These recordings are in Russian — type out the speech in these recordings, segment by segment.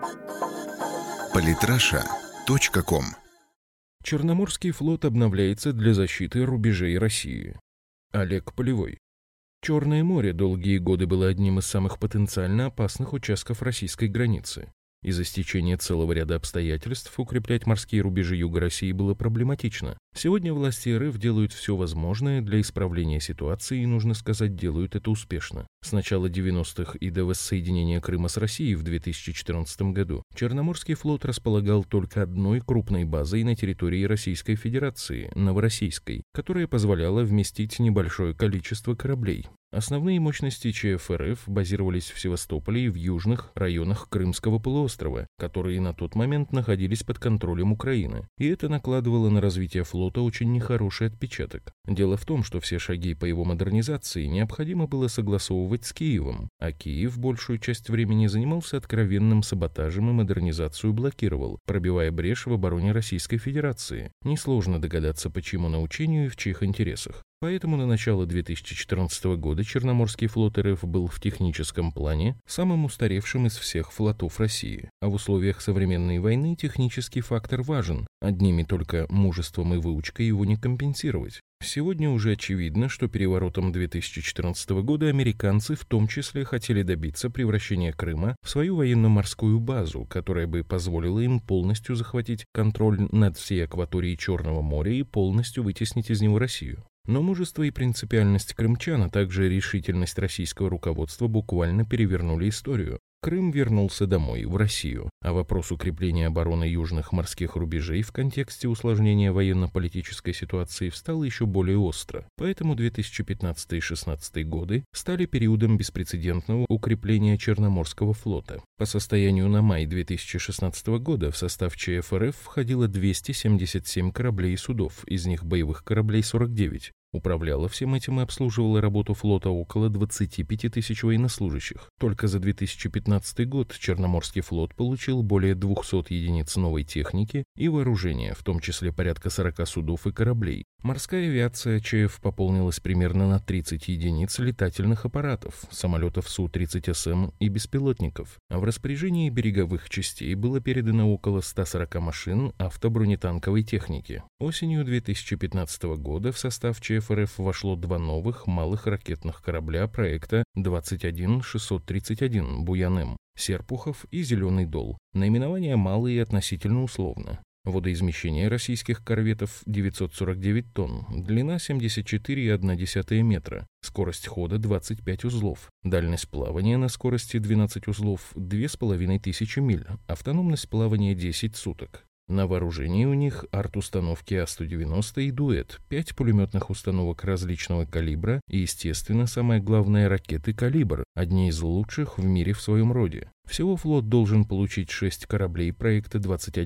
Политраша.ком. Черноморский флот обновляется для защиты рубежей России. Олег Полевой. Черное море долгие годы было одним из самых потенциально опасных участков российской границы. Из-за стечения целого ряда обстоятельств укреплять морские рубежи юга России было проблематично. Сегодня власти РФ делают все возможное для исправления ситуации и, нужно сказать, делают это успешно. С начала 90-х и до воссоединения Крыма с Россией в 2014 году Черноморский флот располагал только одной крупной базой на территории Российской Федерации, Новороссийской, которая позволяла вместить небольшое количество кораблей. Основные мощности ЧФ РФ базировались в Севастополе и в южных районах Крымского полуострова, которые на тот момент находились под контролем Украины, и это накладывало на развитие флота очень нехороший отпечаток. Дело в том, что все шаги по его модернизации необходимо было согласовывать с Киевом, а Киев большую часть времени занимался откровенным саботажем и модернизацию блокировал, пробивая брешь в обороне Российской Федерации. Несложно догадаться, почему на учению и в чьих интересах. Поэтому на начало 2014 года Черноморский флот РФ был в техническом плане самым устаревшим из всех флотов России. А в условиях современной войны технический фактор важен. Одними только мужеством и выучкой его не компенсировать. Сегодня уже очевидно, что переворотом 2014 года американцы в том числе хотели добиться превращения Крыма в свою военно-морскую базу, которая бы позволила им полностью захватить контроль над всей акваторией Черного моря и полностью вытеснить из него Россию. Но мужество и принципиальность крымчан, а также решительность российского руководства буквально перевернули историю. Крым вернулся домой, в Россию, а вопрос укрепления обороны южных морских рубежей в контексте усложнения военно-политической ситуации встал еще более остро. Поэтому 2015 и 2016 годы стали периодом беспрецедентного укрепления Черноморского флота. По состоянию на май 2016 года в состав ЧФ РФ входило 277 кораблей и судов, из них боевых кораблей 49. Управляла всем этим и обслуживала работу флота около 25 тысяч военнослужащих. Только за 2015 год Черноморский флот получил более 200 единиц новой техники и вооружения, в том числе порядка 40 судов и кораблей. Морская авиация ЧФ пополнилась примерно на 30 единиц летательных аппаратов, самолетов Су-30СМ и беспилотников. А в распоряжении береговых частей было передано около 140 машин автобронетанковой техники. Осенью 2015 года в состав ЧФ РФ вошло два новых малых ракетных корабля проекта 21631 «Буян-М», «Серпухов» и «Зеленый Дол». Наименования малые и относительно условно. Водоизмещение российских корветов 949 тонн, длина 74,1 метра, скорость хода 25 узлов, дальность плавания на скорости 12 узлов 2500 миль, автономность плавания 10 суток. На вооружении у них арт-установки А-190 и «Дуэт», 5 пулеметных установок различного калибра и, естественно, самое главное, ракеты «Калибр», одни из лучших в мире в своем роде. Всего флот должен получить 6 кораблей проекта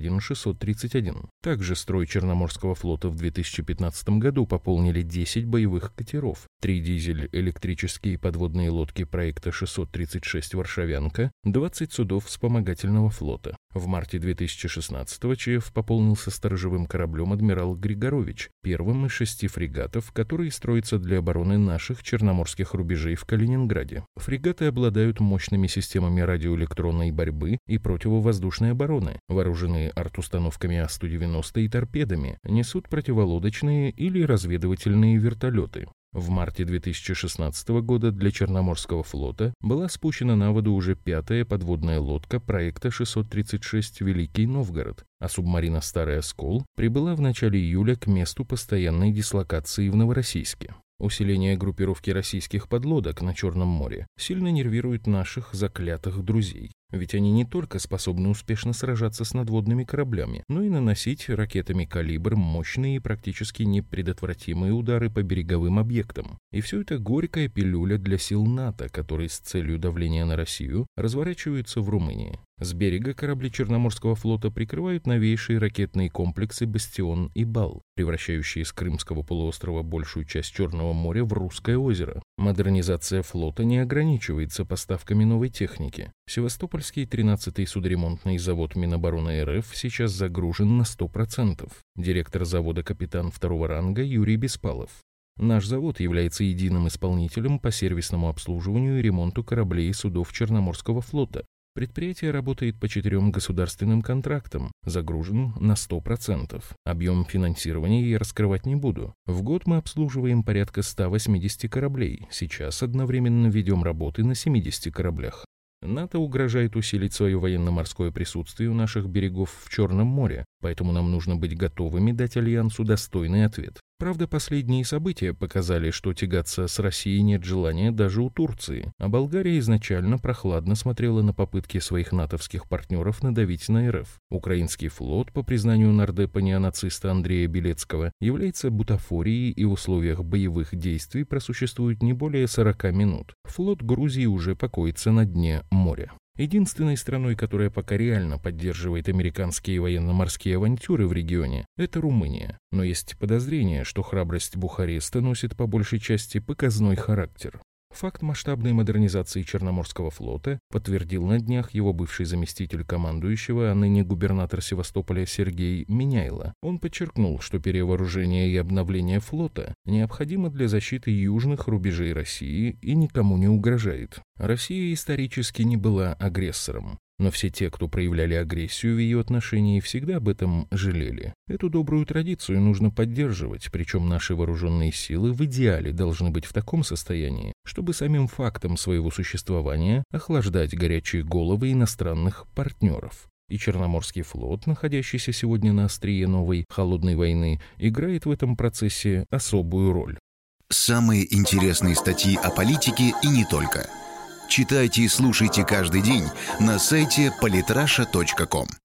21631. Также строй Черноморского флота в 2015 году пополнили 10 боевых катеров, 3 дизель-электрические подводные лодки проекта 636 «Варшавянка», 20 судов вспомогательного флота. В марте 2016-го ЧФ пополнился сторожевым кораблем «Адмирал Григорович», первым из 6 фрегатов, которые строятся для обороны наших черноморских рубежей в Калининграде. Фрегаты обладают мощными системами радиоэлектронной борьбы и противовоздушной обороны, вооружены арт-установками А-190 и торпедами, несут противолодочные или разведывательные вертолеты. В марте 2016 года для Черноморского флота была спущена на воду уже 5-я подводная лодка проекта 636 «Великий Новгород», а субмарина «Старый Оскол» прибыла в начале июля к месту постоянной дислокации в Новороссийске. Усиление группировки российских подлодок на Черном море сильно нервирует наших заклятых друзей. Ведь они не только способны успешно сражаться с надводными кораблями, но и наносить ракетами «Калибр» мощные и практически непредотвратимые удары по береговым объектам. И все это горькая пилюля для сил НАТО, которые с целью давления на Россию разворачиваются в Румынии. С берега корабли Черноморского флота прикрывают новейшие ракетные комплексы «Бастион» и «Бал», превращающие с Крымского полуострова большую часть Черного моря в Русское озеро. Модернизация флота не ограничивается поставками новой техники. Севастопольский 13-й судоремонтный завод Минобороны РФ сейчас загружен на 100%. Директор завода капитан 2-го ранга Юрий Беспалов. Наш завод является единым исполнителем по сервисному обслуживанию и ремонту кораблей и судов Черноморского флота. Предприятие работает по 4 государственным контрактам, загружен на 100%. Объем финансирования я раскрывать не буду. В год мы обслуживаем порядка 180 кораблей. Сейчас одновременно ведем работы на 70 кораблях. НАТО угрожает усилить свое военно-морское присутствие у наших берегов в Черном море, поэтому нам нужно быть готовыми дать Альянсу достойный ответ. Правда, последние события показали, что тягаться с Россией нет желания даже у Турции, а Болгария изначально прохладно смотрела на попытки своих натовских партнеров надавить на РФ. Украинский флот, по признанию нардепа неонациста Андрея Белецкого, является бутафорией и в условиях боевых действий просуществует не более 40 минут. Флот Грузии уже покоится на дне моря. Единственной страной, которая пока реально поддерживает американские военно-морские авантюры в регионе, это Румыния. Но есть подозрение, что храбрость Бухареста носит по большей части показной характер. Факт масштабной модернизации Черноморского флота подтвердил на днях его бывший заместитель командующего, а ныне губернатор Севастополя Сергей Миняйло. Он подчеркнул, что перевооружение и обновление флота необходимо для защиты южных рубежей России и никому не угрожает. Россия исторически не была агрессором. Но все те, кто проявляли агрессию в ее отношении, всегда об этом жалели. Эту добрую традицию нужно поддерживать, причем наши вооруженные силы в идеале должны быть в таком состоянии, чтобы самим фактом своего существования охлаждать горячие головы иностранных партнеров. И Черноморский флот, находящийся сегодня на острие новой холодной войны, играет в этом процессе особую роль. Самые интересные статьи о политике и не только. Читайте и слушайте каждый день на сайте polytrasha.com.